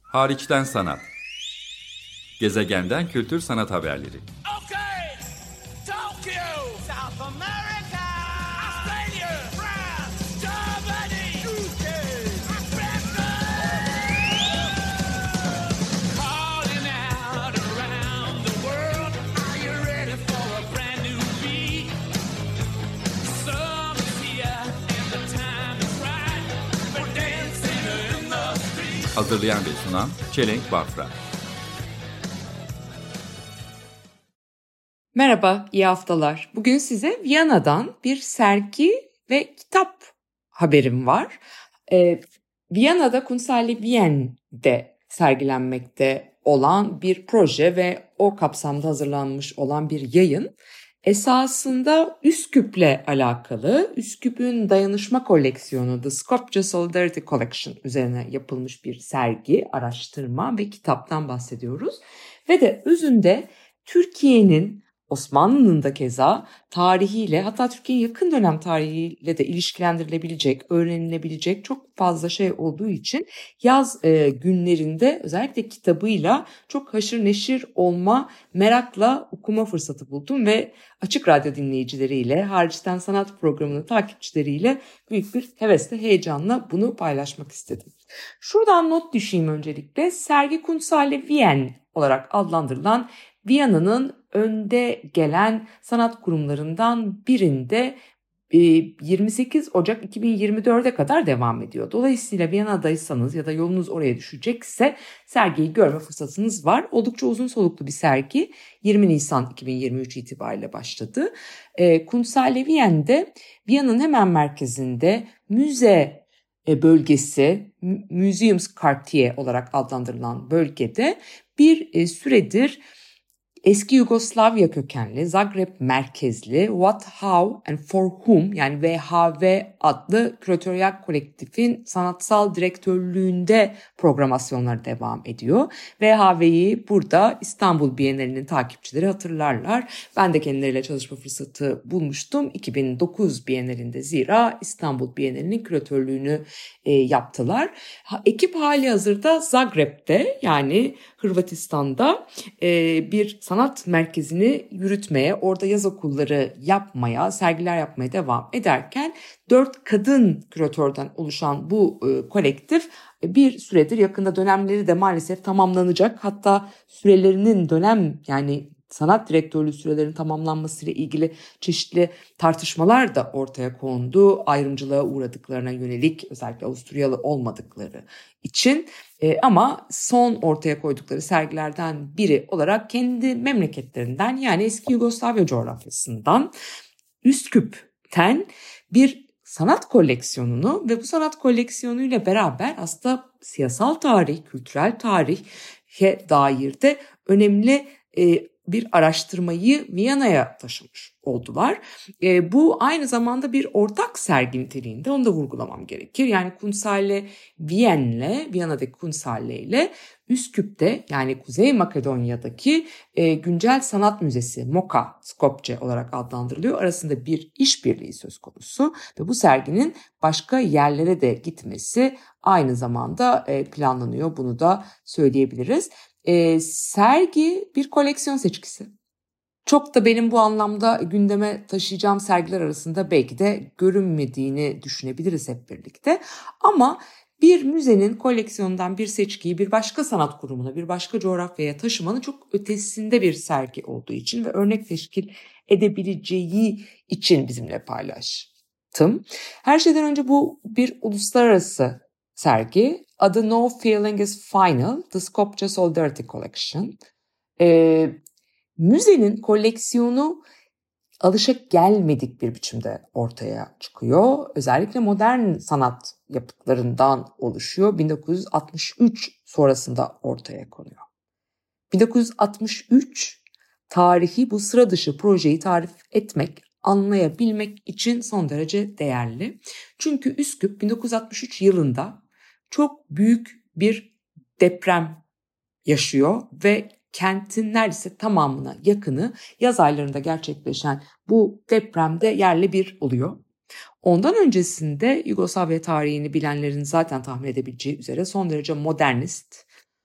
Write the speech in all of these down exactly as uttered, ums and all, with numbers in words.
Hariçten sanat. Gezegenden kültür sanat haberleri. Okay, Tokyo, South America, Australia, France, Germany, U K, Africa. Calling out around the world, are you ready for a brand new beat? Summer's here and the time is right for dancing in the street. Hazırlayan ve sunan Çelenk Bafra. Merhaba, iyi haftalar. Bugün size Viyana'dan bir sergi ve kitap haberim var. Ee, Viyana'da Kunsthalle Wien'de sergilenmekte olan bir proje ve o kapsamda hazırlanmış olan bir yayın. Esasında Üsküp'le alakalı, Üsküp'ün dayanışma koleksiyonu The Skopje Solidarity Collection üzerine yapılmış bir sergi, araştırma ve kitaptan bahsediyoruz. Ve de özünde Türkiye'nin, Osmanlı'nın da keza tarihiyle, hatta Türkiye'nin yakın dönem tarihiyle de ilişkilendirilebilecek, öğrenilebilecek çok fazla şey olduğu için yaz e, günlerinde özellikle kitabıyla çok haşır neşir olma, merakla okuma fırsatı buldum ve Açık Radyo dinleyicileriyle, Hariçten Sanat programının takipçileriyle büyük bir hevesle, heyecanla bunu paylaşmak istedim. Şuradan not düşeyim öncelikle. Sergi Kunsthalle Wien olarak adlandırılan Viyana'nın önde gelen sanat kurumlarından birinde yirmi sekiz Ocak iki bin yirmi dörde kadar devam ediyor. Dolayısıyla Viyana'daysanız ya da yolunuz oraya düşecekse sergiyi görme fırsatınız var. Oldukça uzun soluklu bir sergi. yirmi Nisan iki bin yirmi üç itibariyle başladı. Kunsthalle Wien'de, Viyana'nın hemen merkezinde müze bölgesi, Museumsquartier olarak adlandırılan bölgede bir süredir eski Yugoslavya kökenli, Zagreb merkezli What, How and For Whom yani V H V adlı küratöryal kolektifin sanatsal direktörlüğünde programasyonlar devam ediyor. V H V'yi burada İstanbul Bienalinin takipçileri hatırlarlar. Ben de kendileriyle çalışma fırsatı bulmuştum. iki bin dokuz Bienalinde zira İstanbul Bienalinin küratörlüğünü e, yaptılar. Ha, ekip hali hazırda Zagreb'de yani Hırvatistan'da e, bir sanat merkezini yürütmeye, orada yaz okulları yapmaya, sergiler yapmaya devam ederken dört kadın küratörden oluşan bu e, kolektif e, bir süredir, yakında dönemleri de maalesef tamamlanacak. Hatta sürelerinin dönem yani sanat direktörlüğü sürelerinin tamamlanmasıyla ilgili çeşitli tartışmalar da ortaya kondu. Ayrımcılığa uğradıklarına yönelik, özellikle Avusturyalı olmadıkları için e, ama son ortaya koydukları sergilerden biri olarak kendi memleketlerinden yani eski Yugoslavya coğrafyasından Üsküp'ten bir sanat koleksiyonunu ve bu sanat koleksiyonuyla beraber aslında siyasal tarih, kültürel tarihe dair de önemli e, bir araştırmayı Viyana'ya taşımış oldular. E, bu aynı zamanda bir ortak sergi niteliğinde, onu da vurgulamam gerekir. Yani Kunsthalle Wien'le, Viyana'daki Kunsthalle ile Üsküp'te yani Kuzey Makedonya'daki e, Güncel Sanat Müzesi MOKA Skopje olarak adlandırılıyor. Arasında bir işbirliği söz konusu ve bu serginin başka yerlere de gitmesi aynı zamanda e, planlanıyor. Bunu da söyleyebiliriz. E, sergi bir koleksiyon seçkisi. Çok da benim bu anlamda gündeme taşıyacağım sergiler arasında belki de görünmediğini düşünebiliriz hep birlikte. Ama bir müzenin koleksiyonundan bir seçkiyi bir başka sanat kurumuna, bir başka coğrafyaya taşımanın çok ötesinde bir sergi olduğu için ve örnek teşkil edebileceği için bizimle paylaştım. Her şeyden önce bu bir uluslararası sergi. Adı No Feeling is Final, The Skopje Solidarity Collection. Ee, müzenin koleksiyonu alışık gelmedik bir biçimde ortaya çıkıyor. Özellikle modern sanat yapıtlarından oluşuyor. bin dokuz yüz altmış üç sonrasında ortaya konuyor. bin dokuz yüz altmış üç tarihi bu sıra dışı projeyi tarif etmek, anlayabilmek için son derece değerli. Çünkü Üsküp bin dokuz yüz altmış üç yılında çok büyük bir deprem yaşıyor ve kentin neredeyse tamamına yakını yaz aylarında gerçekleşen bu depremde yerle bir oluyor. Ondan öncesinde Yugoslavya tarihini bilenlerin zaten tahmin edebileceği üzere son derece modernist,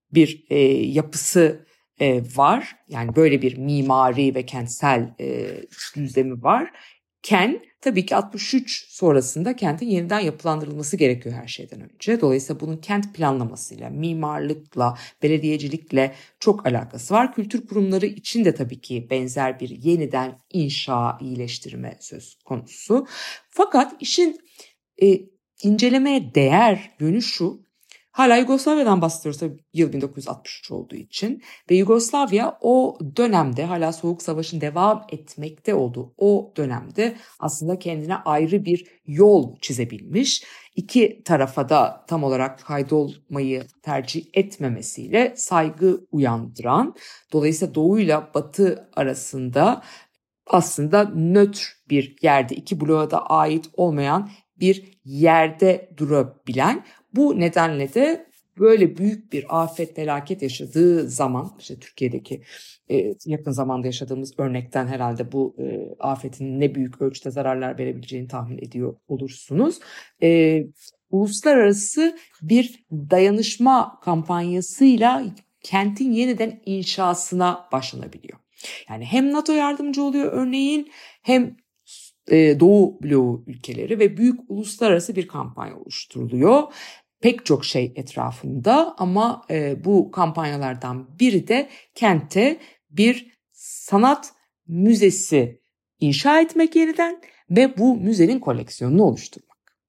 bir e, yapısı e, var. Yani böyle bir mimari ve kentsel e, düzlemi var. Ken tabii ki altmış üç sonrasında kentin yeniden yapılandırılması gerekiyor her şeyden önce. Dolayısıyla bunun kent planlamasıyla, mimarlıkla, belediyecilikle çok alakası var. Kültür kurumları için de tabii ki benzer bir yeniden inşa, iyileştirme söz konusu. Fakat işin e, incelemeye değer yönü şu. Hala Yugoslavya'dan bahsediyoruz tabii yıl bin dokuz yüz altmış üç olduğu için ve Yugoslavya o dönemde hala Soğuk Savaş'ın devam etmekte olduğu o dönemde aslında kendine ayrı bir yol çizebilmiş. İki tarafa da tam olarak kaydolmayı tercih etmemesiyle saygı uyandıran, dolayısıyla Doğu'yla Batı arasında aslında nötr bir yerde, iki bloğa da ait olmayan bir yerde durabilen, bu nedenle de böyle büyük bir afet, felaket yaşadığı zaman, işte Türkiye'deki e, yakın zamanda yaşadığımız örnekten herhalde bu e, afetin ne büyük ölçüde zararlar verebileceğini tahmin ediyor olursunuz. E, uluslararası bir dayanışma kampanyasıyla kentin yeniden inşasına başlanabiliyor. Yani hem NATO yardımcı oluyor örneğin, hem Doğu bloğu ülkeleri ve büyük uluslararası bir kampanya oluşturuluyor. Pek çok şey etrafında ama e, bu kampanyalardan biri de kente bir sanat müzesi inşa etmek yeniden ve bu müzenin koleksiyonunu oluşturmak.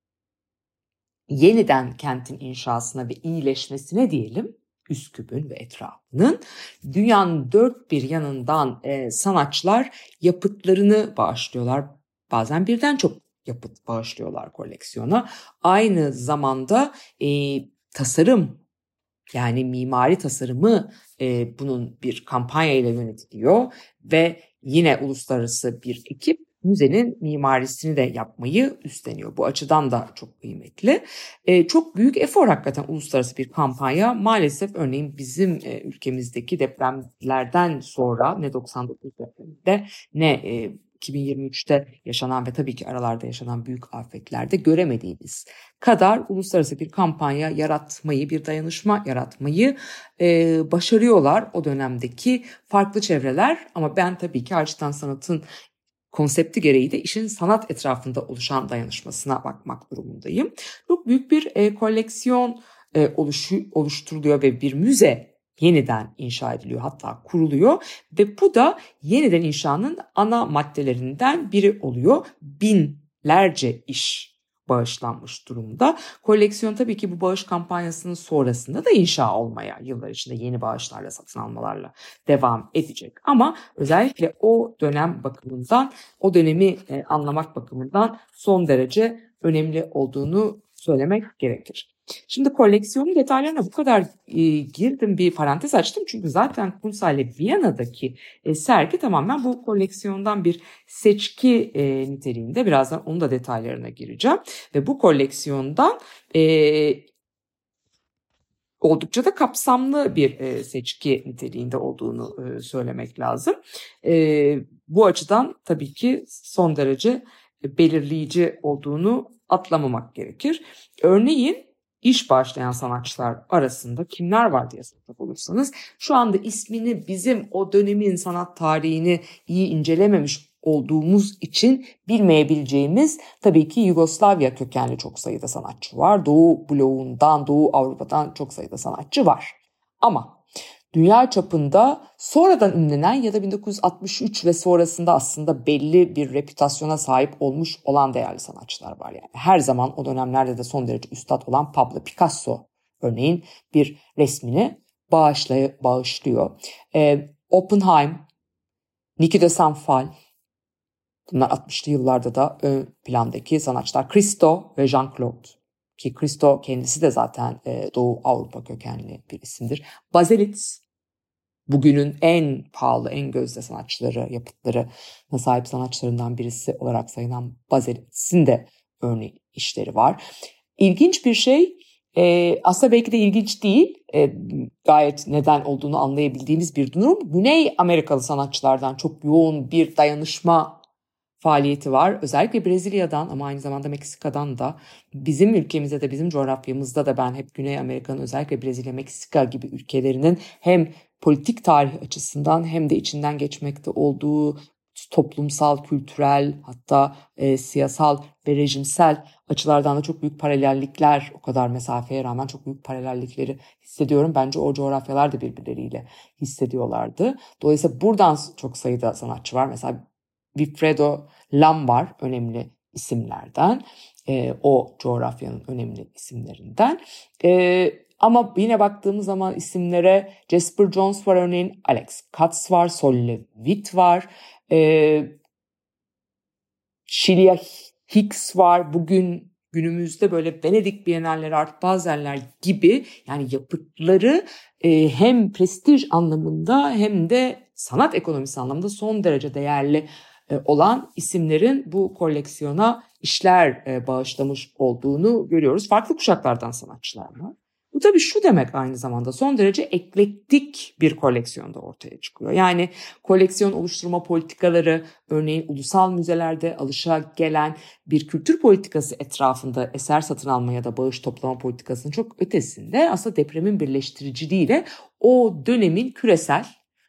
Yeniden kentin inşasına ve iyileşmesine diyelim, Üsküp'ün ve etrafının dünyanın dört bir yanından e, sanatçılar yapıtlarını bağışlıyorlar. Bazen birden çok yapıt bağışlıyorlar koleksiyona. Aynı zamanda e, tasarım, yani mimari tasarımı e, bunun bir kampanya ile yönetiliyor ve yine uluslararası bir ekip müzenin mimarisini de yapmayı üstleniyor. Bu açıdan da çok kıymetli. E, çok büyük efor hakikaten uluslararası bir kampanya. Maalesef örneğin bizim e, ülkemizdeki depremlerden sonra ne doksan dokuz depreminde ne e, iki bin yirmi üçte yaşanan ve tabii ki aralarda yaşanan büyük afetlerde göremediğimiz kadar uluslararası bir kampanya yaratmayı, bir dayanışma yaratmayı e, başarıyorlar o dönemdeki farklı çevreler. Ama ben tabii ki Harçtan Sanat'ın konsepti gereği de işin sanat etrafında oluşan dayanışmasına bakmak durumundayım. Çok büyük bir e, koleksiyon e, oluşu, oluşturuluyor ve bir müze yeniden inşa ediliyor, hatta kuruluyor ve bu da yeniden inşanın ana maddelerinden biri oluyor. Binlerce iş bağışlanmış durumda. Koleksiyon tabii ki bu bağış kampanyasının sonrasında da inşa olmaya, yıllar içinde yeni bağışlarla, satın almalarla devam edecek. Ama özellikle o dönem bakımından, o dönemi e, anlamak bakımından son derece önemli olduğunu söylemek gerekir. Şimdi koleksiyonun detaylarına bu kadar e, girdim, bir parantez açtım. Çünkü zaten Kunsthalle Viyana'daki e, sergi tamamen bu koleksiyondan bir seçki e, niteliğinde. Birazdan onun da detaylarına gireceğim. Ve bu koleksiyondan e, oldukça da kapsamlı bir e, seçki niteliğinde olduğunu e, söylemek lazım. E, bu açıdan tabii ki son derece belirleyici olduğunu atlamamak gerekir. Örneğin İş bağışlayan sanatçılar arasında kimler var diye soracak olursanız, şu anda ismini bizim o dönemin sanat tarihini iyi incelememiş olduğumuz için bilmeyebileceğimiz tabii ki Yugoslavya kökenli çok sayıda sanatçı var. Doğu bloğundan, Doğu Avrupa'dan çok sayıda sanatçı var. Ama dünya çapında sonradan ünlenen ya da bin dokuz yüz altmış üç ve sonrasında aslında belli bir reputasyona sahip olmuş olan değerli sanatçılar var. Yani her zaman o dönemlerde de son derece üstad olan Pablo Picasso örneğin bir resmini bağışlay- bağışlıyor. Ee, Oppenheim, Nikita Sanfal, bunlar altmışlı yıllarda da ön plandaki sanatçılar. Christo ve Jean-Claude, ki Christo kendisi de zaten e, Doğu Avrupa kökenli bir isimdir. Baselitz, bugünün en pahalı, en gözde sanatçıları, yapıtlarına sahip sanatçılarından birisi olarak sayılan Baselitz'in de örneğin işleri var. İlginç bir şey, e, aslında belki de ilginç değil, e, gayet neden olduğunu anlayabildiğimiz bir durum. Güney Amerikalı sanatçılardan çok yoğun bir dayanışma faaliyeti var. Özellikle Brezilya'dan ama aynı zamanda Meksika'dan da bizim ülkemizde de bizim coğrafyamızda da ben hep Güney Amerika'nın özellikle Brezilya, Meksika gibi ülkelerinin hem politik tarih açısından hem de içinden geçmekte olduğu toplumsal, kültürel hatta e, siyasal ve rejimsel açılardan da çok büyük paralellikler, o kadar mesafeye rağmen çok büyük paralellikleri hissediyorum. Bence o coğrafyalar da birbirleriyle hissediyorlardı. Dolayısıyla buradan çok sayıda sanatçı var. Mesela Wilfredo Lam var, önemli isimlerden. E, o coğrafyanın önemli isimlerinden. E, ama yine baktığımız zaman isimlere Jasper Johns var örneğin, Alex Katz var, Sol LeWitt var. E, Sheila Hicks var. Bugün günümüzde böyle Venedik Bienalleri, Art Basel'ler gibi yani yapıtları e, hem prestij anlamında hem de sanat ekonomisi anlamında son derece değerli e, olan isimlerin bu koleksiyona işler e, bağışlamış olduğunu görüyoruz. Farklı kuşaklardan sanatçılar var. Bu tabii şu demek aynı zamanda son derece eklektik bir koleksiyonda ortaya çıkıyor. Yani koleksiyon oluşturma politikaları örneğin ulusal müzelerde alışagelen bir kültür politikası etrafında eser satın alma ya da bağış toplama politikasının çok ötesinde aslında depremin birleştiriciliğiyle o dönemin küresel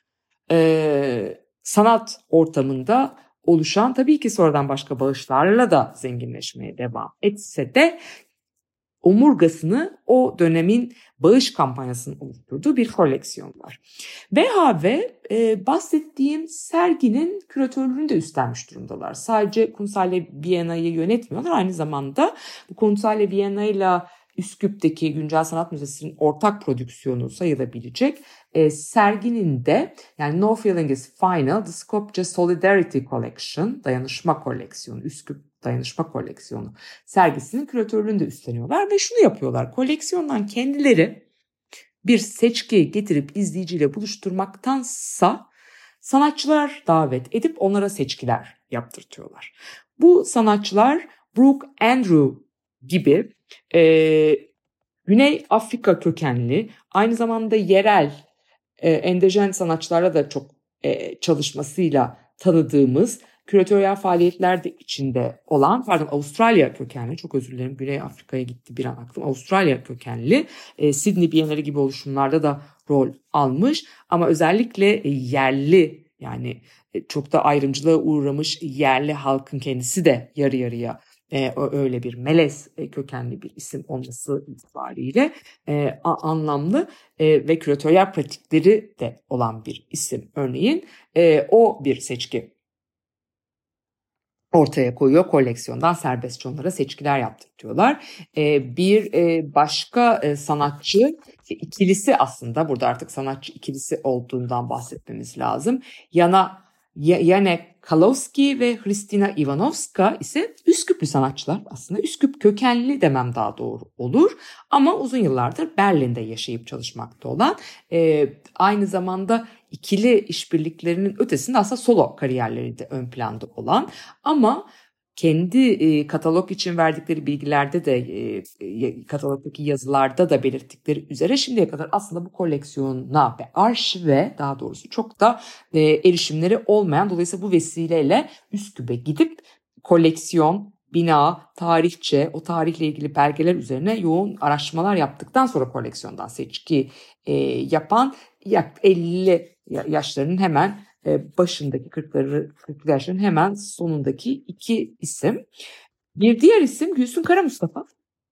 e, sanat ortamında oluşan tabii ki sonradan başka bağışlarla da zenginleşmeye devam etse de omurgasını o dönemin bağış kampanyasının oluşturduğu bir koleksiyon var. V H V e, bahsettiğim serginin küratörlüğünü de üstlenmiş durumdalar. Sadece Kunsthalle Viyana'yı yönetmiyorlar. Aynı zamanda bu Kunsthalle Viyana ile Üsküp'teki Güncel Sanat Müzesi'nin ortak prodüksiyonu sayılabilecek e, serginin de yani No Feeling is Final, The Skopje Solidarity Collection, dayanışma koleksiyonu, Üsküp dayanışma koleksiyonu sergisinin küratörlüğünü de üstleniyorlar ve şunu yapıyorlar. Koleksiyondan kendileri bir seçki getirip izleyiciyle buluşturmaktansa sanatçılar davet edip onlara seçkiler yaptırtıyorlar. Bu sanatçılar Brooke Andrew gibi e, Güney Afrika kökenli, aynı zamanda yerel e, endojen sanatçılarla da çok e, çalışmasıyla tanıdığımız, küratöryel faaliyetler de içinde olan, pardon Avustralya kökenli, çok özür dilerim Güney Afrika'ya gitti bir an aklım, Avustralya kökenli, e, Sydney Bienali gibi oluşumlarda da rol almış ama özellikle e, yerli yani e, çok da ayrımcılığa uğramış yerli halkın kendisi de yarı yarıya e, öyle bir melez e, kökenli bir isim olması itibariyle e, a, anlamlı e, ve küratöryel pratikleri de olan bir isim örneğin e, o bir seçki ortaya koyuyor. Koleksiyondan serbestçe onlara seçkiler yaptırtıyorlar. Ee, bir e, başka e, sanatçı ikilisi aslında burada artık sanatçı ikilisi olduğundan bahsetmemiz lazım. Yana Jane Kalowski ve Hristina Ivanovska ise Üsküplü sanatçılar, aslında Üsküp kökenli demem daha doğru olur ama uzun yıllardır Berlin'de yaşayıp çalışmakta olan, e, aynı zamanda ikili işbirliklerinin ötesinde aslında solo kariyerleri de ön planda olan ama kendi e, katalog için verdikleri bilgilerde de e, katalogdaki yazılarda da belirttikleri üzere şimdiye kadar aslında bu koleksiyona ve arşive daha doğrusu çok da e, erişimleri olmayan, dolayısıyla bu vesileyle Üsküp'e gidip koleksiyon, bina, tarihçe, o tarihle ilgili belgeler üzerine yoğun araştırmalar yaptıktan sonra koleksiyondan seçki e, yapan yak elli yaşlarının hemen başındaki kırkları kırklı yaşların hemen sonundaki iki isim. Bir diğer isim Gülsün Kara Mustafa.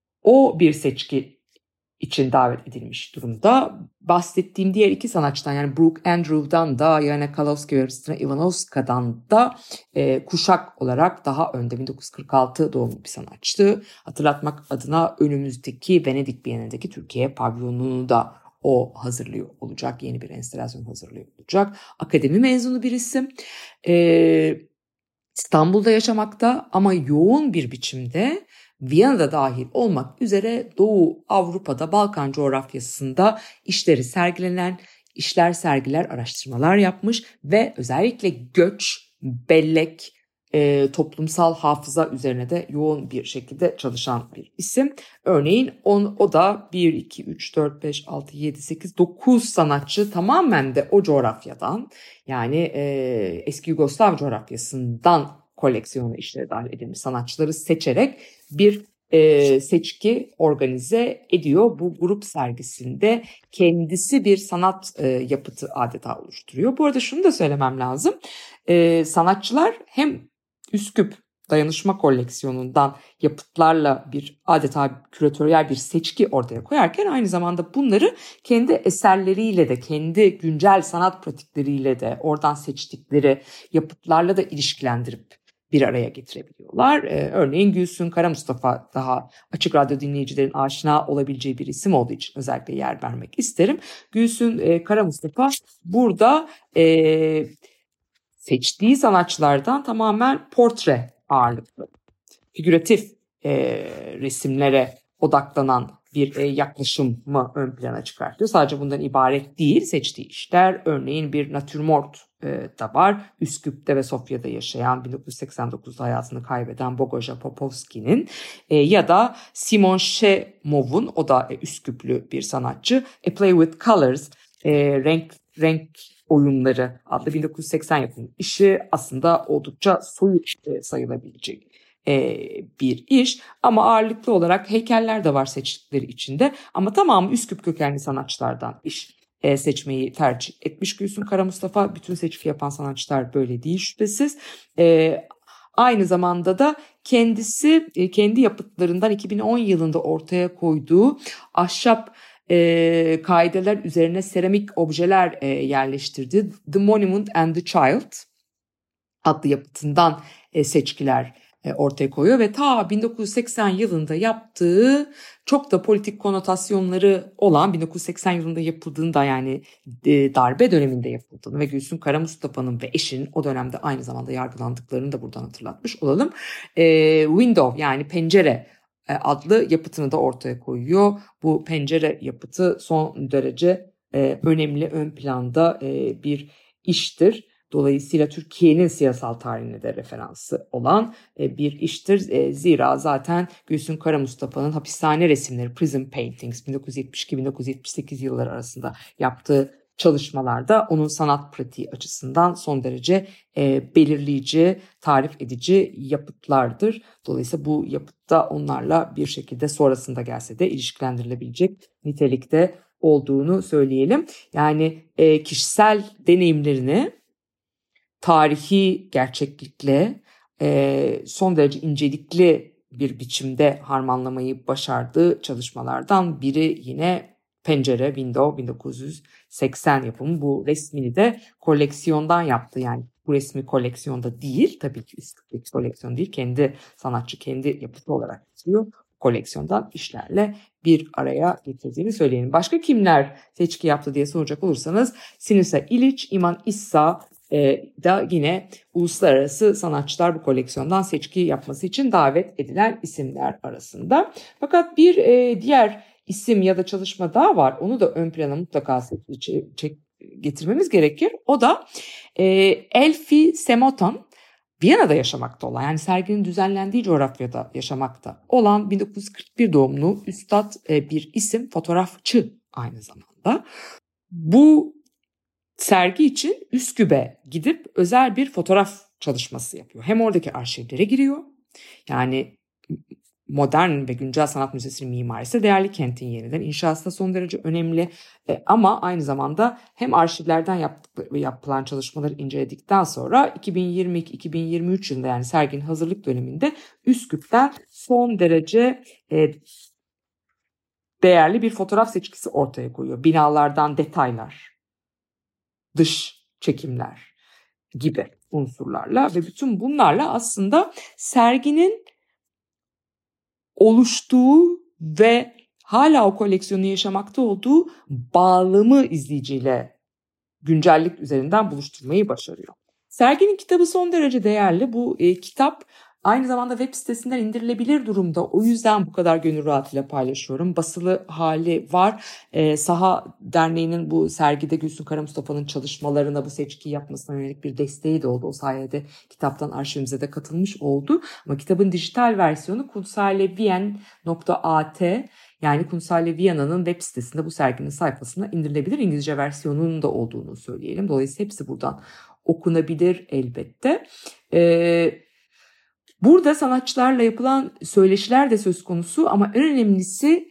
O bir seçki için davet edilmiş durumda. Bahsettiğim diğer iki sanatçıdan yani Brooke Andrew'dan da yani Kalowski ve Hristina Ivanovska'dan da e, kuşak olarak daha önde bin dokuz yüz kırk altı doğumlu bir sanatçı. Hatırlatmak adına önümüzdeki Venedik Bienali'ndeki Türkiye pavyonunu da o hazırlıyor olacak. Yeni bir enstalasyon hazırlıyor olacak. Akademi mezunu bir isim. Ee, İstanbul'da yaşamakta ama yoğun bir biçimde Viyana'da dahil olmak üzere Doğu Avrupa'da, Balkan coğrafyasında işleri sergilenen, işler sergiler, araştırmalar yapmış ve özellikle göç, bellek, E, toplumsal hafıza üzerine de yoğun bir şekilde çalışan bir isim. Örneğin on, o da bir, iki, üç, dört, beş, altı, yedi, sekiz, dokuz sanatçı tamamen de o coğrafyadan yani e, eski Yugoslav coğrafyasından koleksiyona işleri dahil edilmiş sanatçıları seçerek bir e, seçki organize ediyor. Bu grup sergisinde kendisi bir sanat e, yapıtı adeta oluşturuyor. Bu arada şunu da söylemem lazım. E, sanatçılar hem Üsküp Dayanışma Koleksiyonu'ndan yapıtlarla bir adeta küratöryel bir seçki ortaya koyarken aynı zamanda bunları kendi eserleriyle de, kendi güncel sanat pratikleriyle de, oradan seçtikleri yapıtlarla da ilişkilendirip bir araya getirebiliyorlar. Ee, örneğin Gülsün Karamustafa daha Açık Radyo dinleyicilerin aşina olabileceği bir isim olduğu için özellikle yer vermek isterim. Gülsün e, Karamustafa burada e, seçtiği sanatçılardan tamamen portre ağırlıklı, figüratif e, resimlere odaklanan bir e, yaklaşımı ön plana çıkartıyor. Sadece bundan ibaret değil, seçtiği işler örneğin bir natürmort e, da var. Üsküp'te ve Sofya'da yaşayan, bin dokuz yüz seksen dokuzda hayatını kaybeden Bogoja Popovski'nin e, ya da Simon Shemov'un, o da e, Üsküplü bir sanatçı, A Play With Colors, e, renk renk oyunları adlı bin dokuz yüz seksen yapımı işi aslında oldukça soyut e, sayılabilecek e, bir iş. Ama ağırlıklı olarak heykeller de var seçtikleri içinde. Ama tamamı Üsküp kökenli sanatçılardan iş e, seçmeyi tercih etmiş Gülsün Karamustafa. Bütün seçki yapan sanatçılar böyle değil şüphesiz. E, aynı zamanda da kendisi e, kendi yapıtlarından iki bin on yılında ortaya koyduğu ahşap E, kaideler üzerine seramik objeler e, yerleştirdi. The Monument and the Child adlı yapıtından e, seçkiler e, ortaya koyuyor ve ta bin dokuz yüz seksen yılında yaptığı, çok da politik konotasyonları olan, bin dokuz yüz seksen yılında yapıldığında, yani e, darbe döneminde yapıldığını ve Gülsün Karamustafa'nın ve eşinin o dönemde aynı zamanda yargılandıklarını da buradan hatırlatmış olalım. E, Window, yani pencere adlı yapıtını da ortaya koyuyor. Bu pencere yapıtı son derece e, önemli, ön planda e, bir iştir. Dolayısıyla Türkiye'nin siyasal tarihine de referansı olan e, bir iştir. E, zira zaten Gülsün Karamustafa'nın hapishane resimleri, Prison Paintings, bin dokuz yüz yetmiş iki bin dokuz yüz yetmiş sekiz yılları arasında yaptığı çalışmalarda onun sanat pratiği açısından son derece e, belirleyici, tarif edici yapıtlardır. Dolayısıyla bu yapıtta onlarla bir şekilde sonrasında gelse de ilişkilendirilebilecek nitelikte olduğunu söyleyelim. Yani e, kişisel deneyimlerini tarihi gerçeklikle e, son derece incelikli bir biçimde harmanlamayı başardığı çalışmalardan biri yine Pencere, Window, bin dokuz yüz seksen yapımı. Bu resmini de koleksiyondan yaptı. Yani bu resmi koleksiyonda değil, tabii ki üstteki koleksiyon değil, kendi sanatçı kendi yapısı olarak yapıyor. Koleksiyondan işlerle bir araya getirdiğini söyleyelim. Başka kimler seçki yaptı diye soracak olursanız Sinisa İliç, İman İssa e, da yine uluslararası sanatçılar bu koleksiyondan seçki yapması için davet edilen isimler arasında. Fakat bir e, diğer isim ya da çalışma daha var. Onu da ön plana mutlaka çek, getirmemiz gerekir. O da e, Elfi Semotan, Viyana'da yaşamakta olan, yani serginin düzenlendiği coğrafyada yaşamakta olan bin dokuz yüz kırk bir doğumlu üstad e, bir isim, fotoğrafçı aynı zamanda. Bu sergi için Üsküp'e gidip özel bir fotoğraf çalışması yapıyor. Hem oradaki arşivlere giriyor, yani modern ve güncel sanat müzesinin mimarisi değerli kentin yeniden inşası da son derece önemli. E, ama aynı zamanda hem arşivlerden yaptık, yapılan çalışmaları inceledikten sonra iki bin yirmi iki iki bin yirmi üç yılında, yani serginin hazırlık döneminde Üsküp'ten son derece e, değerli bir fotoğraf seçkisi ortaya koyuyor. Binalardan detaylar, dış çekimler gibi unsurlarla ve bütün bunlarla aslında serginin oluştuğu ve hala o koleksiyonu yaşamakta olduğu bağlamı izleyiciyle güncellik üzerinden buluşturmayı başarıyor. Serginin kitabı son derece değerli. Bu e, kitap aynı zamanda web sitesinden indirilebilir durumda. O yüzden bu kadar gönül rahatıyla paylaşıyorum. Basılı hali var. E, Saha Derneği'nin bu sergide Gülsün Karamustafa'nın çalışmalarına, bu seçkiyi yapmasına yönelik bir desteği de oldu. O sayede kitaptan arşivimize de katılmış oldu. Ama kitabın dijital versiyonu kunsthalle-wien nokta a t, yani Kunsthalle Viyana'nın web sitesinde bu serginin sayfasına indirilebilir. İngilizce versiyonunun da olduğunu söyleyelim. Dolayısıyla hepsi buradan okunabilir elbette. Ee, Burada sanatçılarla yapılan söyleşiler de söz konusu ama en önemlisi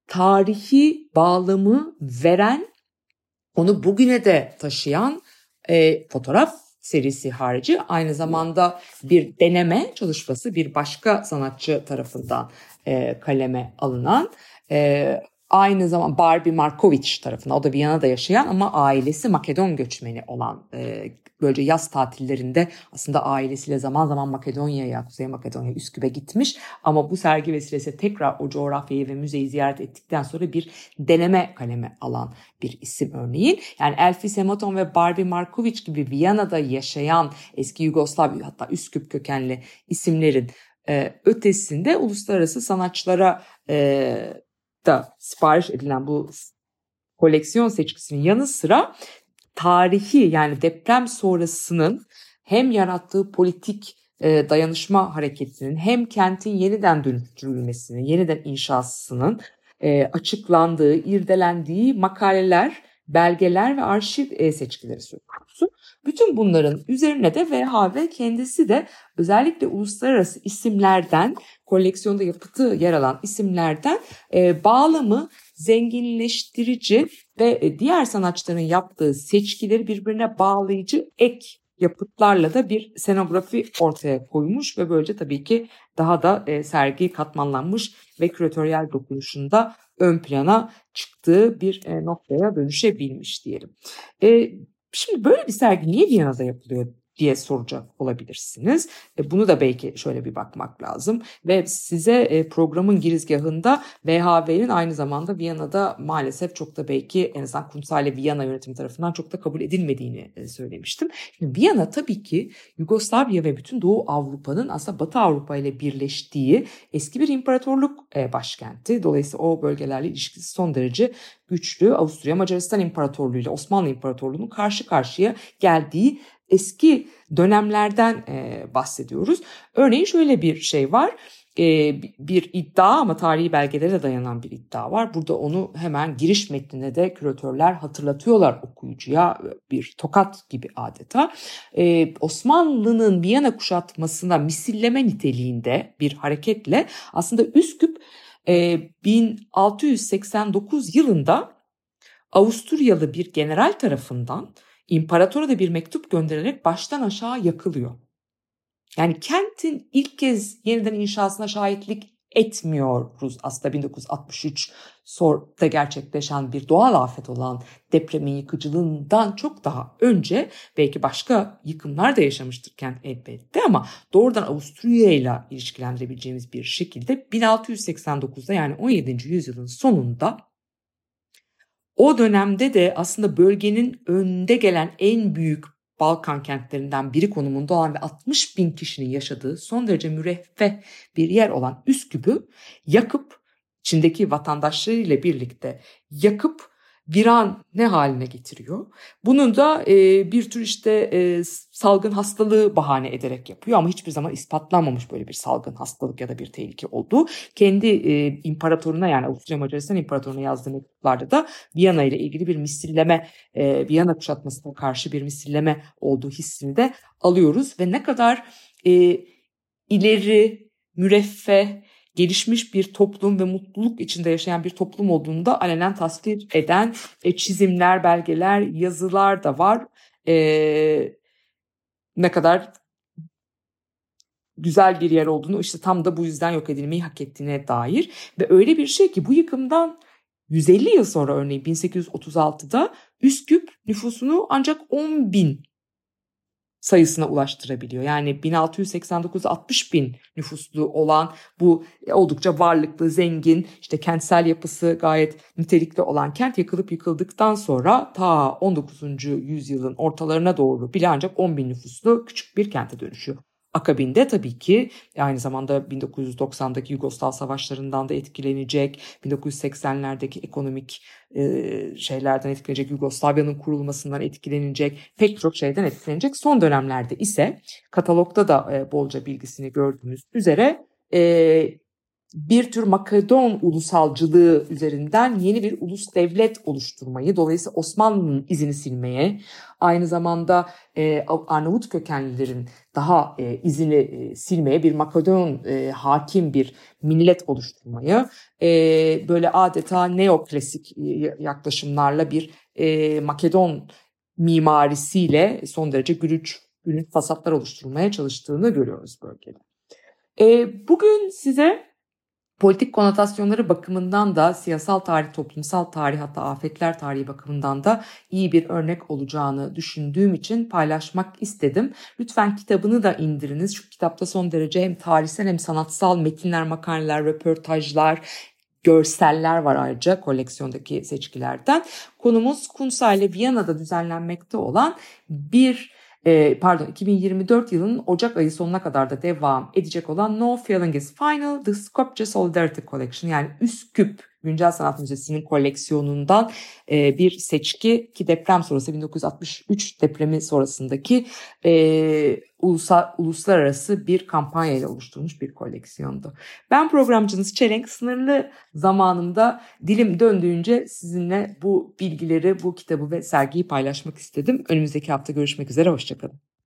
tarihi bağlamı veren, onu bugüne de taşıyan e, fotoğraf serisi harici aynı zamanda bir deneme çalışması, bir başka sanatçı tarafından e, kaleme alınan, e, aynı zaman Barbie Markovic tarafından, o da Viyana'da yaşayan ama ailesi Makedon göçmeni olan, e, böylece yaz tatillerinde aslında ailesiyle zaman zaman Makedonya'ya, Kuzey Makedonya, Üsküp'e gitmiş ama bu sergi vesilesiyle tekrar o coğrafyayı ve müzeyi ziyaret ettikten sonra bir deneme kaleme alan bir isim örneğin. Yani Elfi Sematon ve Barbie Markovic gibi Viyana'da yaşayan eski Yugoslavya, hatta Üsküp kökenli isimlerin e, ötesinde uluslararası sanatçılara e, da sipariş edilen bu koleksiyon seçkisinin yanı sıra tarihi, yani deprem sonrasının hem yarattığı politik e, dayanışma hareketinin hem kentin yeniden dönüştürülmesinin, yeniden inşasının e, açıklandığı, irdelendiği makaleler, belgeler ve arşiv e, seçkileri söz konusu. Bütün bunların üzerine de V H V kendisi de özellikle uluslararası isimlerden, koleksiyonda yapıtı yer alan isimlerden e, bağlamı zenginleştirici ve diğer sanatçıların yaptığı seçkileri birbirine bağlayıcı ek yapıtlarla da bir scenografi ortaya koymuş ve böylece tabii ki daha da e, sergi katmanlanmış ve küratöryel dokunuşunda ön plana çıktığı bir e, noktaya dönüşebilmiş diyelim. E, şimdi böyle bir sergi niye Viyana'da yapılıyor diye soracak olabilirsiniz. E, bunu da belki şöyle bir bakmak lazım ve size e, programın girizgahında V H V'nin aynı zamanda Viyana'da maalesef çok da belki en azından Kunsthalle Viyana yönetimi tarafından çok da kabul edilmediğini e, söylemiştim. Şimdi Viyana tabii ki Yugoslavya ve bütün Doğu Avrupa'nın aslında Batı Avrupa ile birleştiği eski bir imparatorluk e, başkenti. Dolayısıyla o bölgelerle ilişkisi son derece güçlü. Avusturya Macaristan İmparatorluğu ile Osmanlı İmparatorluğu'nun karşı karşıya geldiği eski dönemlerden e, bahsediyoruz. Örneğin şöyle bir şey var. E, bir iddia ama tarihi belgelere de dayanan bir iddia var. Burada onu hemen giriş metninde de küratörler hatırlatıyorlar okuyucuya, bir tokat gibi adeta. E, Osmanlı'nın Viyana kuşatmasına misilleme niteliğinde bir hareketle aslında Üsküp e, bin altı yüz seksen dokuz yılında Avusturyalı bir general tarafından İmparatora da bir mektup göndererek baştan aşağı yakılıyor. Yani kentin ilk kez yeniden inşasına şahitlik etmiyoruz. Aslında bin dokuz yüz altmış üç sonrada gerçekleşen bir doğal afet olan depremin yıkıcılığından çok daha önce belki başka yıkımlar da yaşamıştır kent elbette ama doğrudan Avusturya ile ilişkilendirebileceğimiz bir şekilde bin altı yüz seksen dokuzda, yani on yedinci yüzyılın sonunda, o dönemde de aslında bölgenin önde gelen en büyük Balkan kentlerinden biri konumunda olan ve altmış bin kişinin yaşadığı son derece müreffeh bir yer olan Üsküp'ü yakıp, içindeki vatandaşlarıyla birlikte yakıp viran ne haline getiriyor. Bunu da e, bir tür işte e, salgın hastalığı bahane ederek yapıyor ama hiçbir zaman ispatlanmamış böyle bir salgın hastalık ya da bir tehlike olduğu. Kendi e, imparatoruna, yani Avusturya Macaristan İmparatoruna yazdığı mektuplarda da Viyana ile ilgili bir misilleme, e, Viyana kuşatmasına karşı bir misilleme olduğu hissini de alıyoruz ve ne kadar e, ileri, müreffeh, gelişmiş bir toplum ve mutluluk içinde yaşayan bir toplum olduğunu da alenen tasvir eden e, çizimler, belgeler, yazılar da var. E, ne kadar güzel bir yer olduğunu, işte tam da bu yüzden yok edilmeyi hak ettiğine dair ve öyle bir şey ki bu yıkımdan yüz elli yıl sonra, örneğin bin sekiz yüz otuz altıda Üsküp nüfusunu ancak on bin sayısına ulaştırabiliyor. Yani bin altı yüz seksen dokuzda altmış bin nüfuslu olan bu oldukça varlıklı, zengin, işte kentsel yapısı gayet nitelikli olan kent yakılıp yıkıldıktan sonra ta on dokuzuncu yüzyılın ortalarına doğru bile ancak on bin nüfuslu küçük bir kente dönüşüyor. Akabinde tabii ki aynı zamanda bin dokuz yüz doksandaki Yugoslav savaşlarından da etkilenecek, bin dokuz yüz seksenlerdeki ekonomik e, şeylerden etkilenecek, Yugoslavya'nın kurulmasından etkilenecek, pek çok şeyden etkilenecek. Son dönemlerde ise katalogda da e, bolca bilgisini gördüğümüz üzere e, bir tür Makedon ulusalcılığı üzerinden yeni bir ulus devlet oluşturmayı, dolayısıyla Osmanlı'nın izini silmeye, aynı zamanda e, Arnavut kökenlilerin daha e, izini e, silmeye, bir Makedon e, hakim bir millet oluşturmayı, e, böyle adeta neoklasik yaklaşımlarla bir e, Makedon mimarisiyle son derece gülünç, gülünç fasatlar oluşturmaya çalıştığını görüyoruz bölgede. E, bugün size politik konotasyonları bakımından da siyasal tarih, toplumsal tarih, hatta afetler tarihi bakımından da iyi bir örnek olacağını düşündüğüm için paylaşmak istedim. Lütfen kitabını da indiriniz. Şu kitapta son derece hem tarihsel hem sanatsal metinler, makaleler, röportajlar, görseller var ayrıca koleksiyondaki seçkilerden. Konumuz Kunsa ile Viyana'da düzenlenmekte olan bir E, pardon iki bin yirmi dört yılının Ocak ayı sonuna kadar da devam edecek olan No Feeling is Final, The Skopje Solidarity Collection, yani Üsküp Güncel Sanat Müzesi'nin koleksiyonundan e, bir seçki ki deprem sonrası bin dokuz yüz altmış üç depremi sonrasındaki e, ulusal, uluslararası bir kampanyayla oluşturulmuş bir koleksiyondu. Ben programcınız Çelenk, sınırlı zamanımda dilim döndüğünce sizinle bu bilgileri, bu kitabı ve sergiyi paylaşmak istedim. Önümüzdeki hafta görüşmek üzere, hoşçakalın.